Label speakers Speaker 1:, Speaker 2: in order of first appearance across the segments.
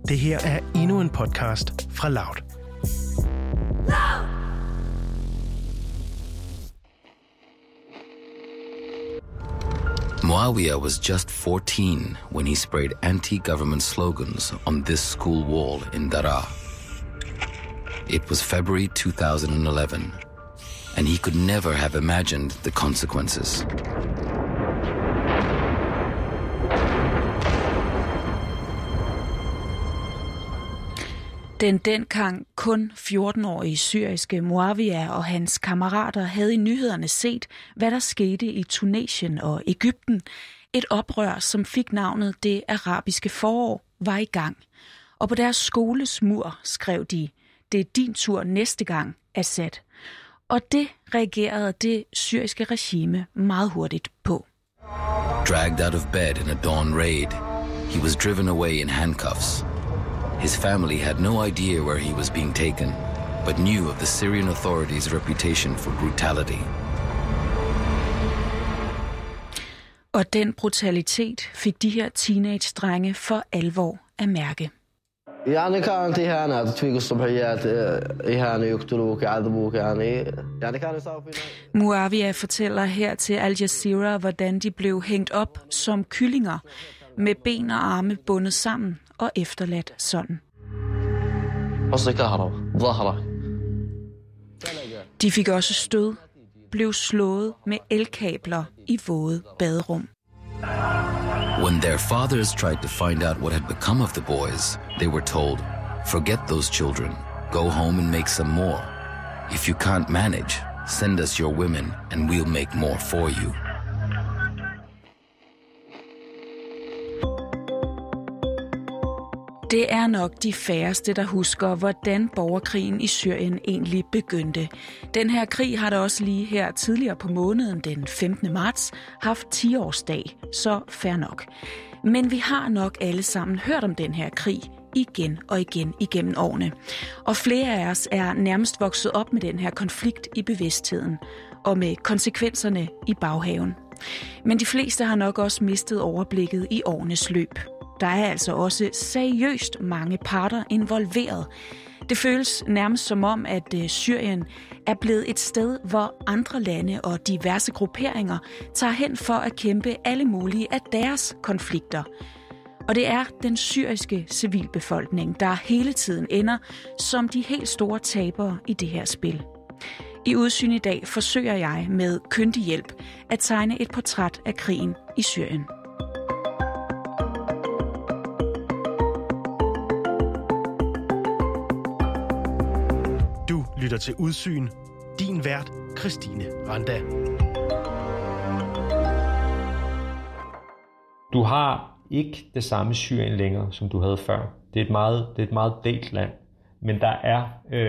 Speaker 1: Det her er endnu en podcast fra Loud.
Speaker 2: Muawiyah was just 14 when he sprayed anti-government slogans on this school wall in Daraa. It was February 2011, and he could never have imagined the consequences.
Speaker 3: Den dengang kun 14-årige syriske Muawiyah og hans kammerater havde i nyhederne set, hvad der skete i Tunesien og Egypten. Et oprør, som fik navnet Det Arabiske Forår, var i gang. Og på deres skoles mur skrev de, det er din tur næste gang, Assad. Og det reagerede det syriske regime meget hurtigt på.
Speaker 2: Dragged out of bed in a dawn raid, he was driven away in handcuffs. His family had no idea where he was being taken, but knew of the Syrian authorities' reputation for brutality.
Speaker 3: Og den fik de her teenage-drenge for alvor at mærke. Muawiyah fortæller her til Al Jazeera, hvordan de blev hængt op som kyllinger, med ben og arme bundet sammen og efterladt sådan. De fik også stød, blev slået med elkabler i våde baderum.
Speaker 2: When their fathers tried to find out what had become of the boys, they were told, forget those children, go home and make some more. If you can't manage, send us your women and we'll make more for you.
Speaker 3: Det er nok de færreste, der husker, hvordan borgerkrigen i Syrien egentlig begyndte. Den her krig har da også lige her tidligere på måneden, den 15. marts, haft 10-årsdag, så fair nok. Men vi har nok alle sammen hørt om den her krig igen og igen igennem årene. Og flere af os er nærmest vokset op med den her konflikt i bevidstheden og med konsekvenserne i baghaven. Men de fleste har nok også mistet overblikket i årenes løb. Der er altså også seriøst mange parter involveret. Det føles nærmest som om, at Syrien er blevet et sted, hvor andre lande og diverse grupperinger tager hen for at kæmpe alle mulige af deres konflikter. Og det er den syriske civilbefolkning, der hele tiden ender som de helt store tabere i det her spil. I Udsyn i dag forsøger jeg med kyndig hjælp at tegne et portræt af krigen i Syrien.
Speaker 1: Du lytter til Udsyn. Din vært, Christine Randa.
Speaker 4: Du har ikke det samme Syrien længere, som du havde før. Det er et meget delt land. Men der er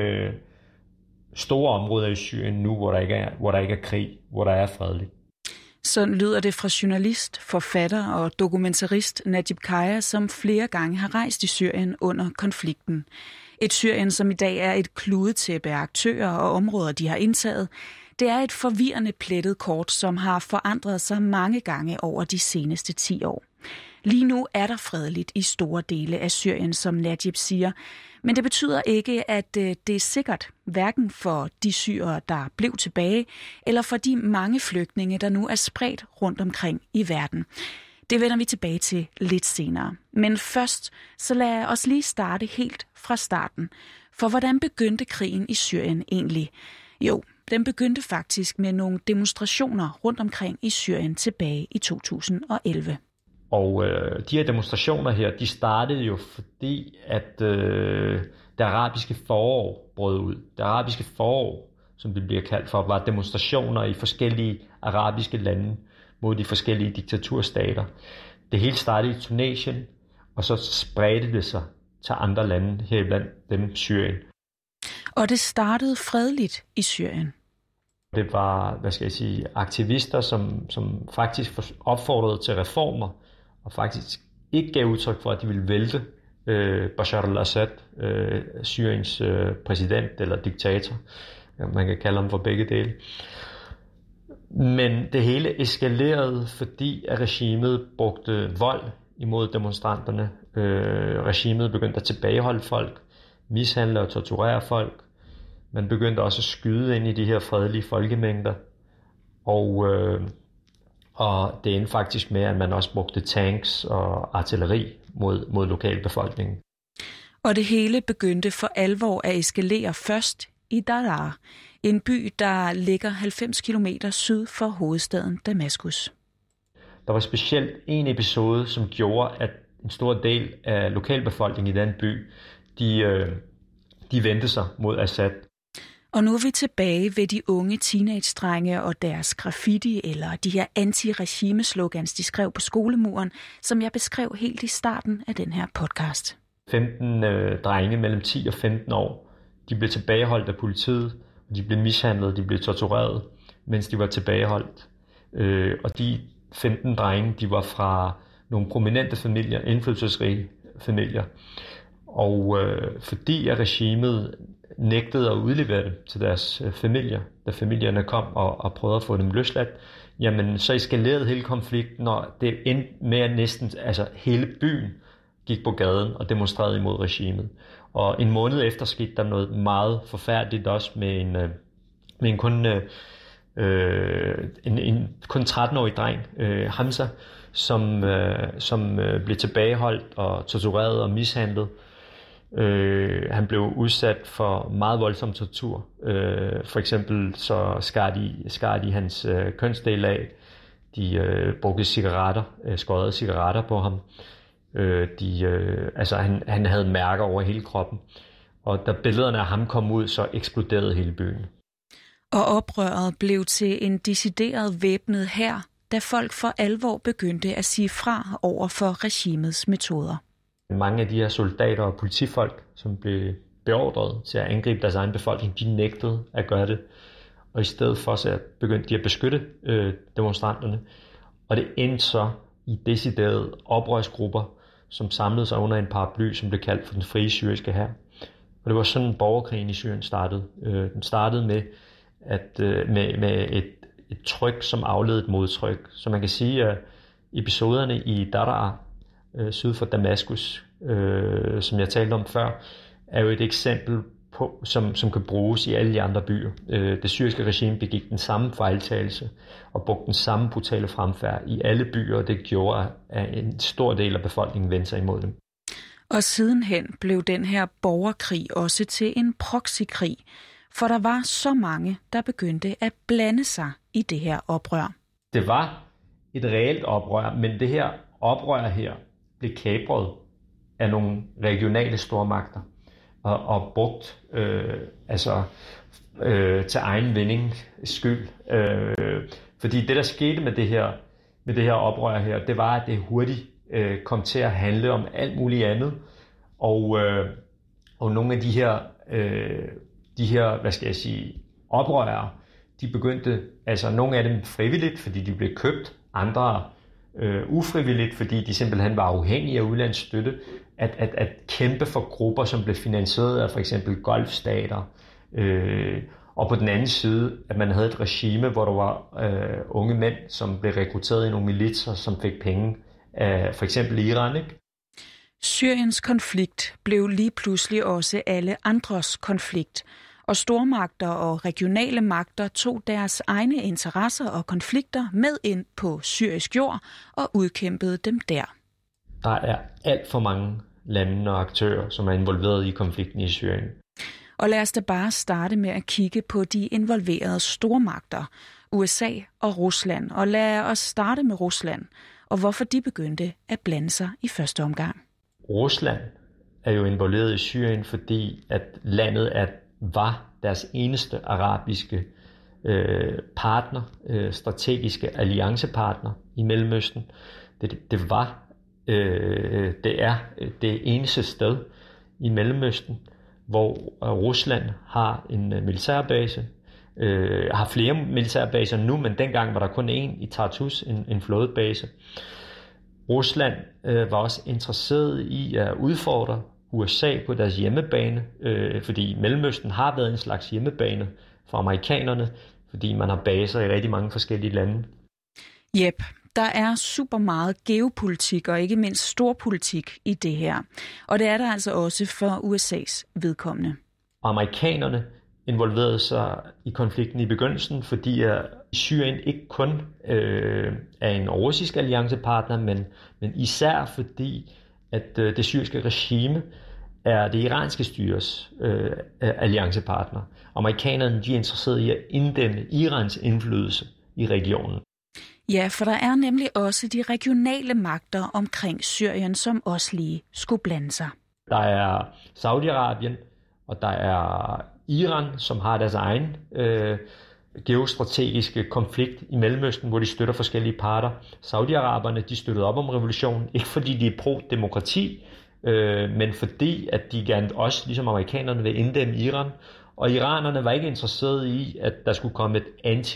Speaker 4: store områder i Syrien nu, hvor der ikke er krig, hvor der er fredeligt.
Speaker 3: Sådan lyder det fra journalist, forfatter og dokumentarist Najib Khaja, som flere gange har rejst i Syrien under konflikten. Et Syrien, som i dag er et kludetæppe af aktører og områder, de har indtaget. Det er et forvirrende plettet kort, som har forandret sig mange gange over de seneste 10 år. Lige nu er der fredeligt i store dele af Syrien, som Najib siger. Men det betyder ikke, at det er sikkert, hverken for de syrere, der blev tilbage, eller for de mange flygtninge, der nu er spredt rundt omkring i verden. Det vender vi tilbage til lidt senere. Men først, så lad os lige starte helt fra starten. For hvordan begyndte krigen i Syrien egentlig? Jo, den begyndte faktisk med nogle demonstrationer rundt omkring i Syrien tilbage i 2011.
Speaker 4: Og de her demonstrationer her, de startede jo fordi, at det arabiske forår brød ud. Det arabiske forår, som det bliver kaldt for, var demonstrationer i forskellige arabiske lande mod de forskellige diktaturstater. Det hele startede i Tunesien, og så spredte det sig til andre lande, heriblandt dem Syrien.
Speaker 3: Og det startede fredeligt i Syrien.
Speaker 4: Det var, aktivister, som faktisk opfordrede til reformer, og faktisk ikke gav udtryk for, at de ville vælte Bashar al-Assad, Syriens præsident eller diktator. Man kan kalde ham for begge dele. Men det hele eskalerede, fordi at regimet brugte vold imod demonstranterne. Regimet begyndte at tilbageholde folk, mishandle og torturere folk. Man begyndte også at skyde ind i de her fredelige folkemængder. Og det endte faktisk med, at man også brugte tanks og artilleri mod lokalbefolkningen.
Speaker 3: Og det hele begyndte for alvor at eskalere først i Daraa, en by, der ligger 90 km syd for hovedstaden Damaskus.
Speaker 4: Der var specielt en episode, som gjorde, at en stor del af lokalbefolkningen i den by, de vendte sig mod Assad.
Speaker 3: Og nu er vi tilbage ved de unge teenage-drenge og deres graffiti, eller de her anti-regime-slogans, de skrev på skolemuren, som jeg beskrev helt i starten af den her podcast.
Speaker 4: 15 drenge mellem 10 og 15 år, de blev tilbageholdt af politiet, og de blev mishandlet, de blev tortureret, mens de var tilbageholdt. Og de 15 drenge, de var fra nogle prominente familier, indflydelsesrige familier. Og fordi at regimet nægtede at udlevere dem til deres familier, da familierne kom og prøvede at få dem løsladt, jamen så eskalerede hele konflikten, og det endte med at næsten hele byen gik på gaden og demonstrerede imod regimet. Og en måned efter skete der noget meget forfærdeligt også med en kun 13-årig dreng, Hamza, som blev tilbageholdt og tortureret og mishandlet. Han blev udsat for meget voldsom tortur. For eksempel så skar de hans kønsdel af. De brugte skårede cigaretter på ham. Han havde mærker over hele kroppen. Og da billederne af ham kom ud, så eksploderede hele byen.
Speaker 3: Og oprøret blev til en decideret væbnet hær, da folk for alvor begyndte at sige fra over for regimets metoder.
Speaker 4: Mange af de her soldater og politifolk, som blev beordret til at angribe deres egen befolkning, de nægtede at gøre det. Og i stedet for så begyndte de at beskytte demonstranterne. Og det endte så i deciderede oprørsgrupper, som samlede sig under en paraply, som blev kaldt for den frie syriske hær. Og det var sådan, borgerkrigen i Syrien startede. Den startede med et tryk, som afledte et modtryk. Så man kan sige, at episoderne i Daraa, syd for Damaskus, som jeg talte om før, er jo et eksempel på, som kan bruges i alle de andre byer. Det syriske regime begik den samme fejltagelse og brugte den samme brutale fremfærd i alle byer, og det gjorde, at en stor del af befolkningen vendte sig imod dem.
Speaker 3: Og sidenhen blev den her borgerkrig også til en proxykrig, for der var så mange, der begyndte at blande sig i det her oprør.
Speaker 4: Det var et reelt oprør, men det her oprør her blev kapret af nogle regionale stormagter og brugt til egen vinding skyld. Fordi det, der skete med det her oprør her, det var, at det hurtigt kom til at handle om alt muligt andet. Og nogle af de her oprørere, de begyndte, nogle af dem frivilligt, fordi de blev købt, andre ufrivilligt, fordi de simpelthen var afhængige af udlandsstøtte, at kæmpe for grupper, som blev finansieret af for eksempel golfstater. Og på den anden side, at man havde et regime, hvor der var unge mænd, som blev rekrutteret i nogle militser, som fik penge af for eksempel Iran, ikke?
Speaker 3: Syriens konflikt blev lige pludselig også alle andres konflikt, og stormagter og regionale magter tog deres egne interesser og konflikter med ind på syrisk jord og udkæmpede dem der.
Speaker 4: Der er alt for mange lande og aktører, som er involveret i konflikten i Syrien.
Speaker 3: Og lad os da bare starte med at kigge på de involverede stormagter, USA og Rusland. Og lad os starte med Rusland, og hvorfor de begyndte at blande sig i første omgang.
Speaker 4: Rusland er jo involveret i Syrien, fordi at landet var deres eneste arabiske partner, strategiske alliancepartner i Mellemøsten. Det er det eneste sted i Mellemøsten, hvor Rusland har en militærbase, har flere militærbaser nu, men dengang var der kun én i Tartus, en flådebase. Rusland var også interesseret i at udfordre USA på deres hjemmebane, fordi Mellemøsten har været en slags hjemmebane for amerikanerne, fordi man har baser i rigtig mange forskellige lande.
Speaker 3: Jep, Der er super meget geopolitik og ikke mindst storpolitik i det her. Og det er der altså også for USA's vedkommende.
Speaker 4: Amerikanerne involverede sig i konflikten i begyndelsen, fordi Syrien ikke kun er en russisk alliancepartner, men især fordi, at det syriske regime er det iranske styres alliancepartner. Amerikanerne de er interesserede i at inddæmme Irans indflydelse i regionen.
Speaker 3: Ja, for der er nemlig også de regionale magter omkring Syrien, som også lige skulle blande sig.
Speaker 4: Der er Saudi-Arabien, og der er Iran, som har deres egen geostrategiske konflikt i Mellemøsten, hvor de støtter forskellige parter. Saudi-Araberne, de støttede op om revolutionen, ikke fordi de er pro-demokrati, men fordi at de gerne også, ligesom amerikanerne, vil inddæmme Iran. Og iranerne var ikke interesserede i, at der skulle komme et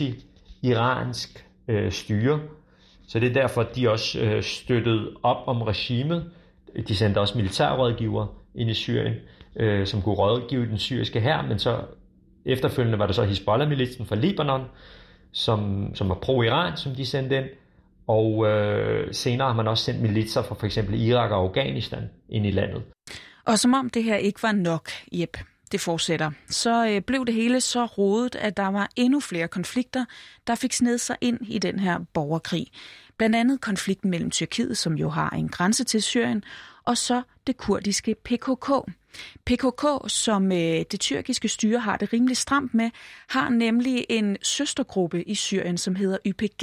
Speaker 4: anti-iransk styre. Så det er derfor, at de også støttede op om regimet. De sendte også militærrådgivere ind i Syrien, som kunne rådgive den syriske hær, men så efterfølgende var der så Hizbollah-militsen fra Libanon, som var pro-Iran, som de sendte ind. Og senere har man også sendt militser fra f.eks. Irak og Afghanistan ind i landet.
Speaker 3: Og som om det her ikke var nok, det fortsætter, så blev det hele så rodet, at der var endnu flere konflikter, der fik snedet sig ind i den her borgerkrig. Blandt andet konflikten mellem Tyrkiet, som jo har en grænse til Syrien, og så det kurdiske PKK. PKK, som det tyrkiske styre har det rimelig stramt med, har nemlig en søstergruppe i Syrien, som hedder YPG.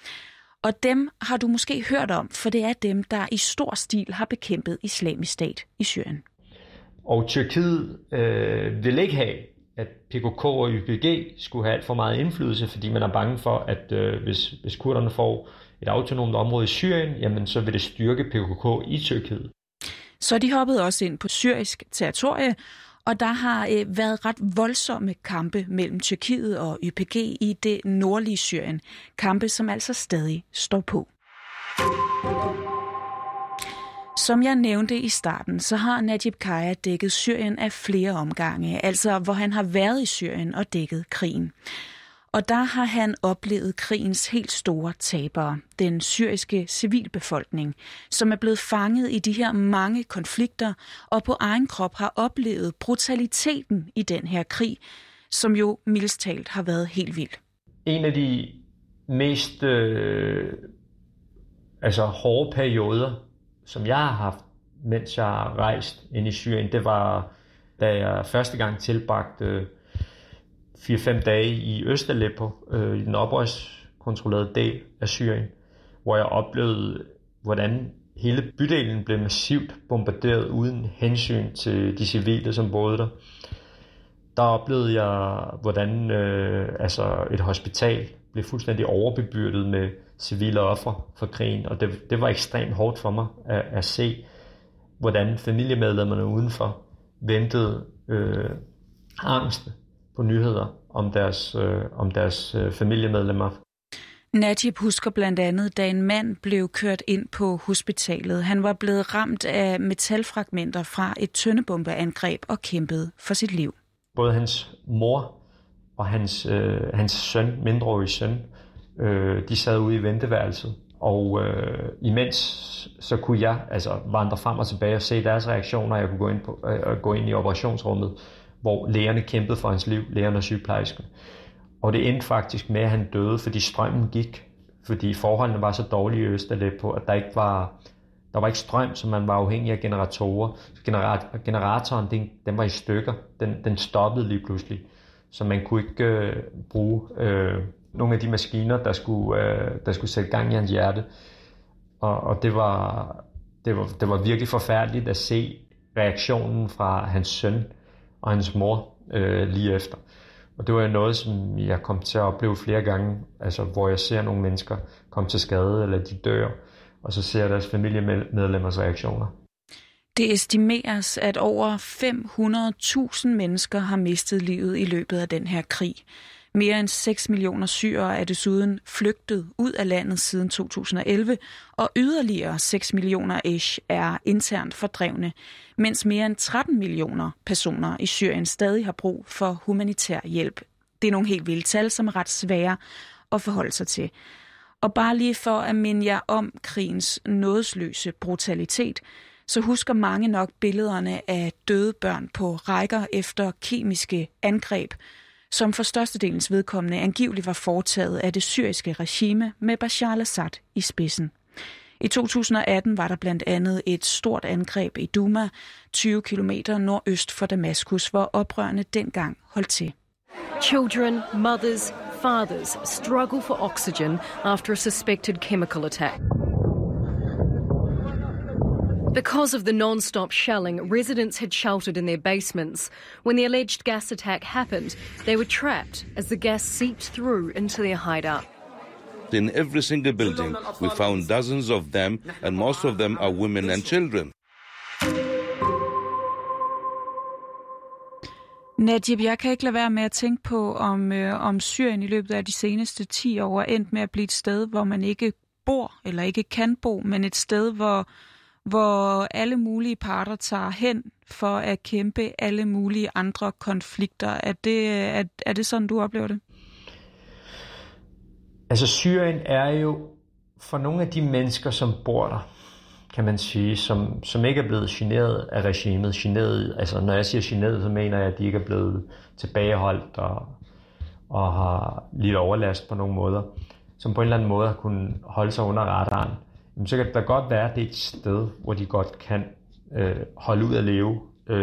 Speaker 3: Og dem har du måske hørt om, for det er dem, der i stor stil har bekæmpet Islamisk Stat i Syrien.
Speaker 4: Og Tyrkiet vil ikke have, at PKK og YPG skulle have alt for meget indflydelse, fordi man er bange for, at hvis kurderne får et autonomt område i Syrien, jamen så vil det styrke PKK i Tyrkiet.
Speaker 3: Så de hoppede også ind på syrisk territorie, og der har været ret voldsomme kampe mellem Tyrkiet og YPG i det nordlige Syrien. Kampe, som altså stadig står på. Som jeg nævnte i starten, så har Najib Kaya dækket Syrien af flere omgange, altså hvor han har været i Syrien og dækket krigen. Og der har han oplevet krigens helt store tabere, den syriske civilbefolkning, som er blevet fanget i de her mange konflikter og på egen krop har oplevet brutaliteten i den her krig, som jo mildest talt har været helt vild.
Speaker 4: En af de mest hårde perioder, som jeg har haft, mens jeg har rejst ind i Syrien, det var, da jeg første gang tilbragte 4-5 dage i Øst-Aleppo, i den oprørskontrollerede del af Syrien, hvor jeg oplevede, hvordan hele bydelen blev massivt bombarderet uden hensyn til de civile, som boede der. Der oplevede jeg, hvordan et hospital blev fuldstændig overbebyrdet med civile ofre for krigen, og det var ekstremt hårdt for mig at se, hvordan familiemedlemmerne udenfor ventede angst på nyheder om deres familiemedlemmer.
Speaker 3: Najib husker blandt andet, da en mand blev kørt ind på hospitalet. Han var blevet ramt af metalfragmenter fra et tøndebombeangreb og kæmpede for sit liv.
Speaker 4: Både hans mor og hans søn, mindreårige søn, de sad ude i venteværelset. Og imens så kunne jeg vandre frem og tilbage og se deres reaktioner. Jeg kunne gå ind i operationsrummet, hvor lægerne kæmpede for hans liv, lægerne og sygeplejersken. Og det endte faktisk med, at han døde, fordi strømmen gik. Fordi forholdene var så dårlige i Øst-Aleppo, at der var ikke strøm, så man var afhængig af generatorer. Generatoren, den var i stykker. Den stoppede lige pludselig. Så man kunne ikke bruge nogle af de maskiner, der skulle sætte gang i hans hjerte. Og det var virkelig forfærdeligt at se reaktionen fra hans søn og hans mor lige efter. Og det var noget, som jeg kom til at opleve flere gange, hvor jeg ser nogle mennesker komme til skade, eller de dør, og så ser jeg deres familiemedlemmers reaktioner.
Speaker 3: Det estimeres, at over 500.000 mennesker har mistet livet i løbet af den her krig. Mere end 6 millioner syrere er desuden flygtet ud af landet siden 2011, og yderligere 6 millioner er internt fordrevne, mens mere end 13 millioner personer i Syrien stadig har brug for humanitær hjælp. Det er nogle helt vilde tal, som er ret svære at forholde sig til. Og bare lige for at minde jer om krigens nådesløse brutalitet, så husker mange nok billederne af døde børn på rækker efter kemiske angreb, som for størstedelens vedkommende angiveligt var foretaget af det syriske regime med Bashar al-Assad i spidsen. I 2018 var der blandt andet et stort angreb i Douma, 20 kilometer nordøst for Damaskus, hvor oprørerne dengang holdt til.
Speaker 5: Children, mothers, fathers struggle for oxygen after a suspected chemical attack. Because of the non-stop shelling, residents had sheltered in their basements. When the alleged gas attack happened, they were trapped as the gas seeped through into their hideout.
Speaker 6: In every single building, we found dozens of them, and most of them are women and children.
Speaker 3: Najib, jeg kan ikke lade være med at tænke på, om Syrien i løbet af de seneste 10 år er endt med at blive et sted, hvor man ikke bor eller ikke kan bo, men et sted, hvor alle mulige parter tager hen for at kæmpe alle mulige andre konflikter. Er det sådan, du oplever det?
Speaker 4: Altså Syrien er jo for nogle af de mennesker, som bor der, kan man sige, som ikke er blevet generet af regimet. Generet, altså når jeg siger generet, så mener jeg, at de ikke er blevet tilbageholdt og har lidt overlast på nogle måder, som på en eller anden måde har kunnet holde sig under radaren. Jamen, så kan det da godt være, at det er et sted, hvor de godt kan holde ud at leve.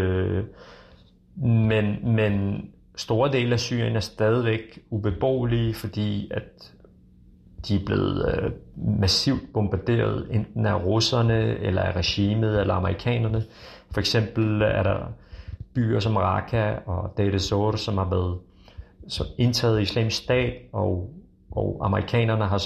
Speaker 4: Men store dele af Syrien er stadigvæk ubeboelige, fordi at de er blevet massivt bombarderet, enten af russerne, eller af regimet, eller amerikanerne. For eksempel er der byer som Raqqa og Deir ez-Zor, som har været indtaget Islamisk Stat, og amerikanerne har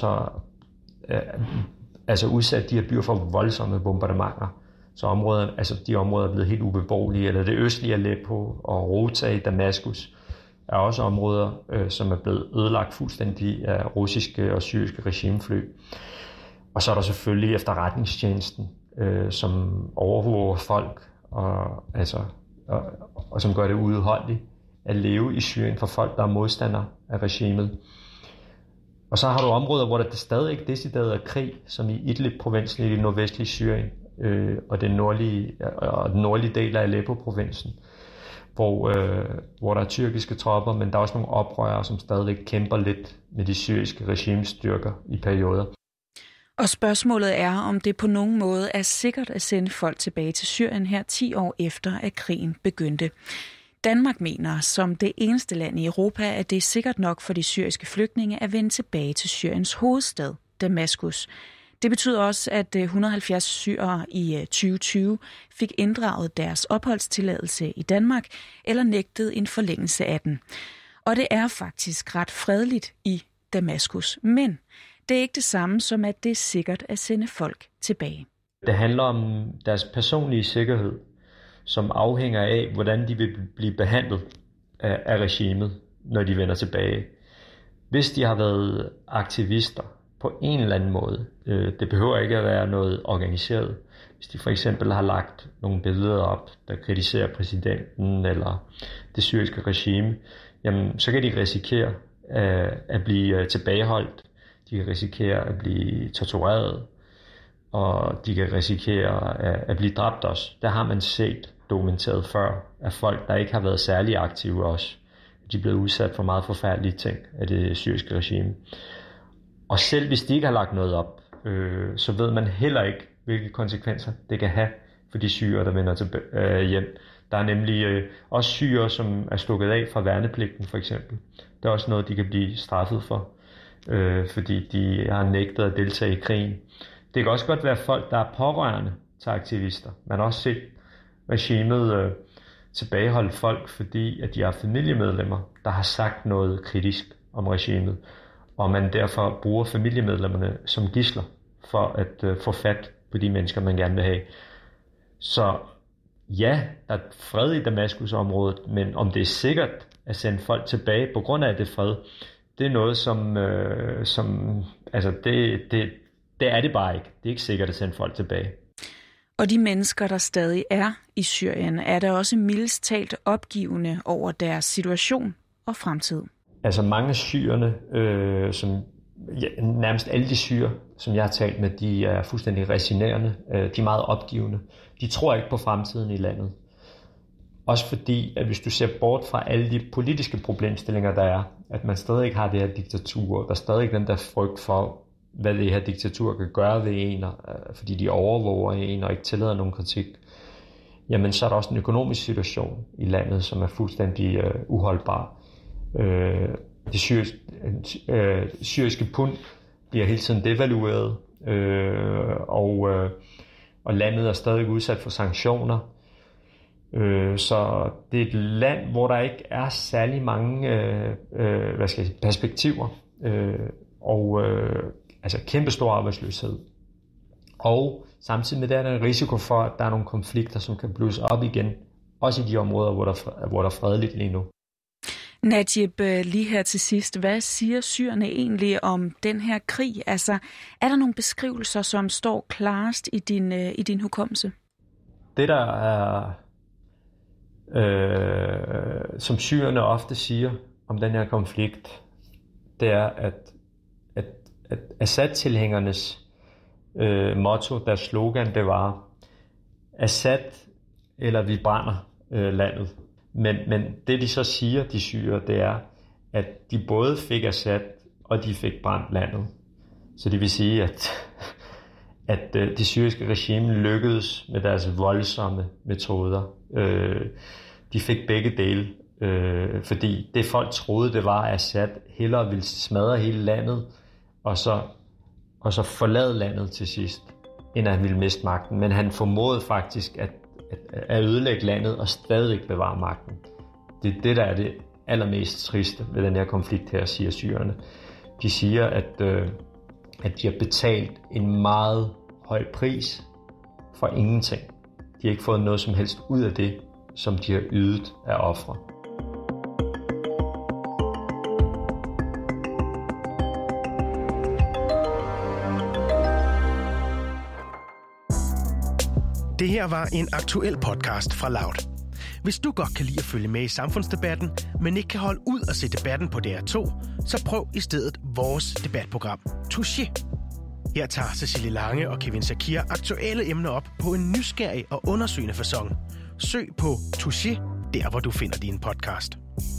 Speaker 4: så udsat de her byer for voldsomme bombardementer. Så de områder er blevet helt ubeboelige, eller det østlige Aleppo og Rota i Damaskus er også områder, som er blevet ødelagt fuldstændig af russiske og syriske regimefly. Og så er der selvfølgelig efterretningstjenesten, som overvåger folk, og som gør det uudholdeligt at leve i Syrien for folk, der er modstandere af regimet. Og så har du områder, hvor der stadig ikke decideret er krig, som i Idlib-provinsen i det nordvestlige Syrien, og den nordlige del af Aleppo-provinsen, hvor der er tyrkiske tropper, men der er også nogle oprørere, som stadigvæk kæmper lidt med de syriske regimestyrker i perioder.
Speaker 3: Og spørgsmålet er, om det på nogen måde er sikkert at sende folk tilbage til Syrien her 10 år efter, at krigen begyndte. Danmark mener, som det eneste land i Europa, at det er sikkert nok for de syriske flygtninge at vende tilbage til Syriens hovedstad, Damaskus. Det betyder også, at 170 syrere i 2020 fik inddraget deres opholdstilladelse i Danmark eller nægtet en forlængelse af den. Og det er faktisk ret fredeligt i Damaskus, men det er ikke det samme som, at det er sikkert at sende folk tilbage.
Speaker 4: Det handler om deres personlige sikkerhed, som afhænger af, hvordan de vil blive behandlet af regimet, når de vender tilbage. Hvis de har været aktivister på en eller anden måde, det behøver ikke at være noget organiseret. Hvis de for eksempel har lagt nogle billeder op, der kritiserer præsidenten eller det syriske regime, jamen, så kan de risikere at blive tilbageholdt. De kan risikere at blive tortureret, og de kan risikere at blive dræbt også. Der har man set dokumenteret før, at folk, der ikke har været særlig aktive også, de er blevet udsat for meget forfærdelige ting af det syriske regime. Og selv hvis de ikke har lagt noget op, så ved man heller ikke, hvilke konsekvenser det kan have for de syrere, der vender hjem. Der er nemlig også syrere, som er stukket af fra værnepligten for eksempel. Det er også noget, de kan blive straffet for, fordi de har nægtet at deltage i krigen. Det kan også godt være folk, der er pårørende til aktivister. Man har også set regimet tilbageholde folk, fordi at de har familiemedlemmer, der har sagt noget kritisk om regimet. Og man derfor bruger familiemedlemmerne som gidsler for at få fat på de mennesker, man gerne vil have. Så ja, der er fred i Damaskus-området, men om det er sikkert at sende folk tilbage på grund af det fred, det er noget, det er det bare ikke. Det er ikke sikkert at sende folk tilbage.
Speaker 3: Og de mennesker, der stadig er i Syrien, er der også mildest talt opgivende over deres situation og fremtid.
Speaker 4: Altså mange af syrerne, som nærmest alle de syrer, som jeg har talt med, de er fuldstændig resignerende. De er meget opgivende. De tror ikke på fremtiden i landet. Også fordi, at hvis du ser bort fra alle de politiske problemstillinger, der er, at man stadig ikke har det her diktatur, der er stadig ikke den der frygt for, hvad det her diktatur kan gøre ved en, fordi de overvåger en og ikke tillader nogen kritik, jamen så er der også en økonomisk situation i landet, som er fuldstændig uholdbar. Det syriske pund bliver hele tiden devalueret, og landet er stadig udsat for sanktioner. Så det er et land, hvor der ikke er særlig mange perspektiver, altså kæmpe stor arbejdsløshed. Og samtidig med det er der en risiko for, at der er nogle konflikter, som kan blusse op igen, også i de områder, hvor der er fredeligt lige nu.
Speaker 3: Najib, lige her til sidst, hvad siger syrerne egentlig om den her krig? Altså, er der nogle beskrivelser, som står klarest i din hukommelse?
Speaker 4: Det der er, som syrerne ofte siger om den her konflikt, det er, at Assad-tilhængernes motto, deres slogan, det var Assad eller vi brænder landet. Men det de så siger, de syrer, det er, at de både fik Assad og de fik brændt landet. Så det vil sige, at det syriske regime lykkedes med deres voldsomme metoder. De fik begge dele, fordi det folk troede, det var, at Assad hellere ville smadre hele landet, og så forlade landet til sidst, end at han ville miste magten. Men han formåede faktisk at ødelægge landet og stadig bevare magten. Det er det, der er det allermest triste ved den her konflikt her, siger syrerne. De siger, at de har betalt en meget høj pris for ingenting. De har ikke fået noget som helst ud af det, som de har ydet af ofre.
Speaker 1: Det her var en aktuel podcast fra Loud. Hvis du godt kan lide at følge med i samfundsdebatten, men ikke kan holde ud at se debatten på DR2, så prøv i stedet vores debatprogram, Touché. Her tager Cecilie Lange og Kevin Shakir aktuelle emner op på en nysgerrig og undersøgende facon. Søg på Touché, der hvor du finder din podcast.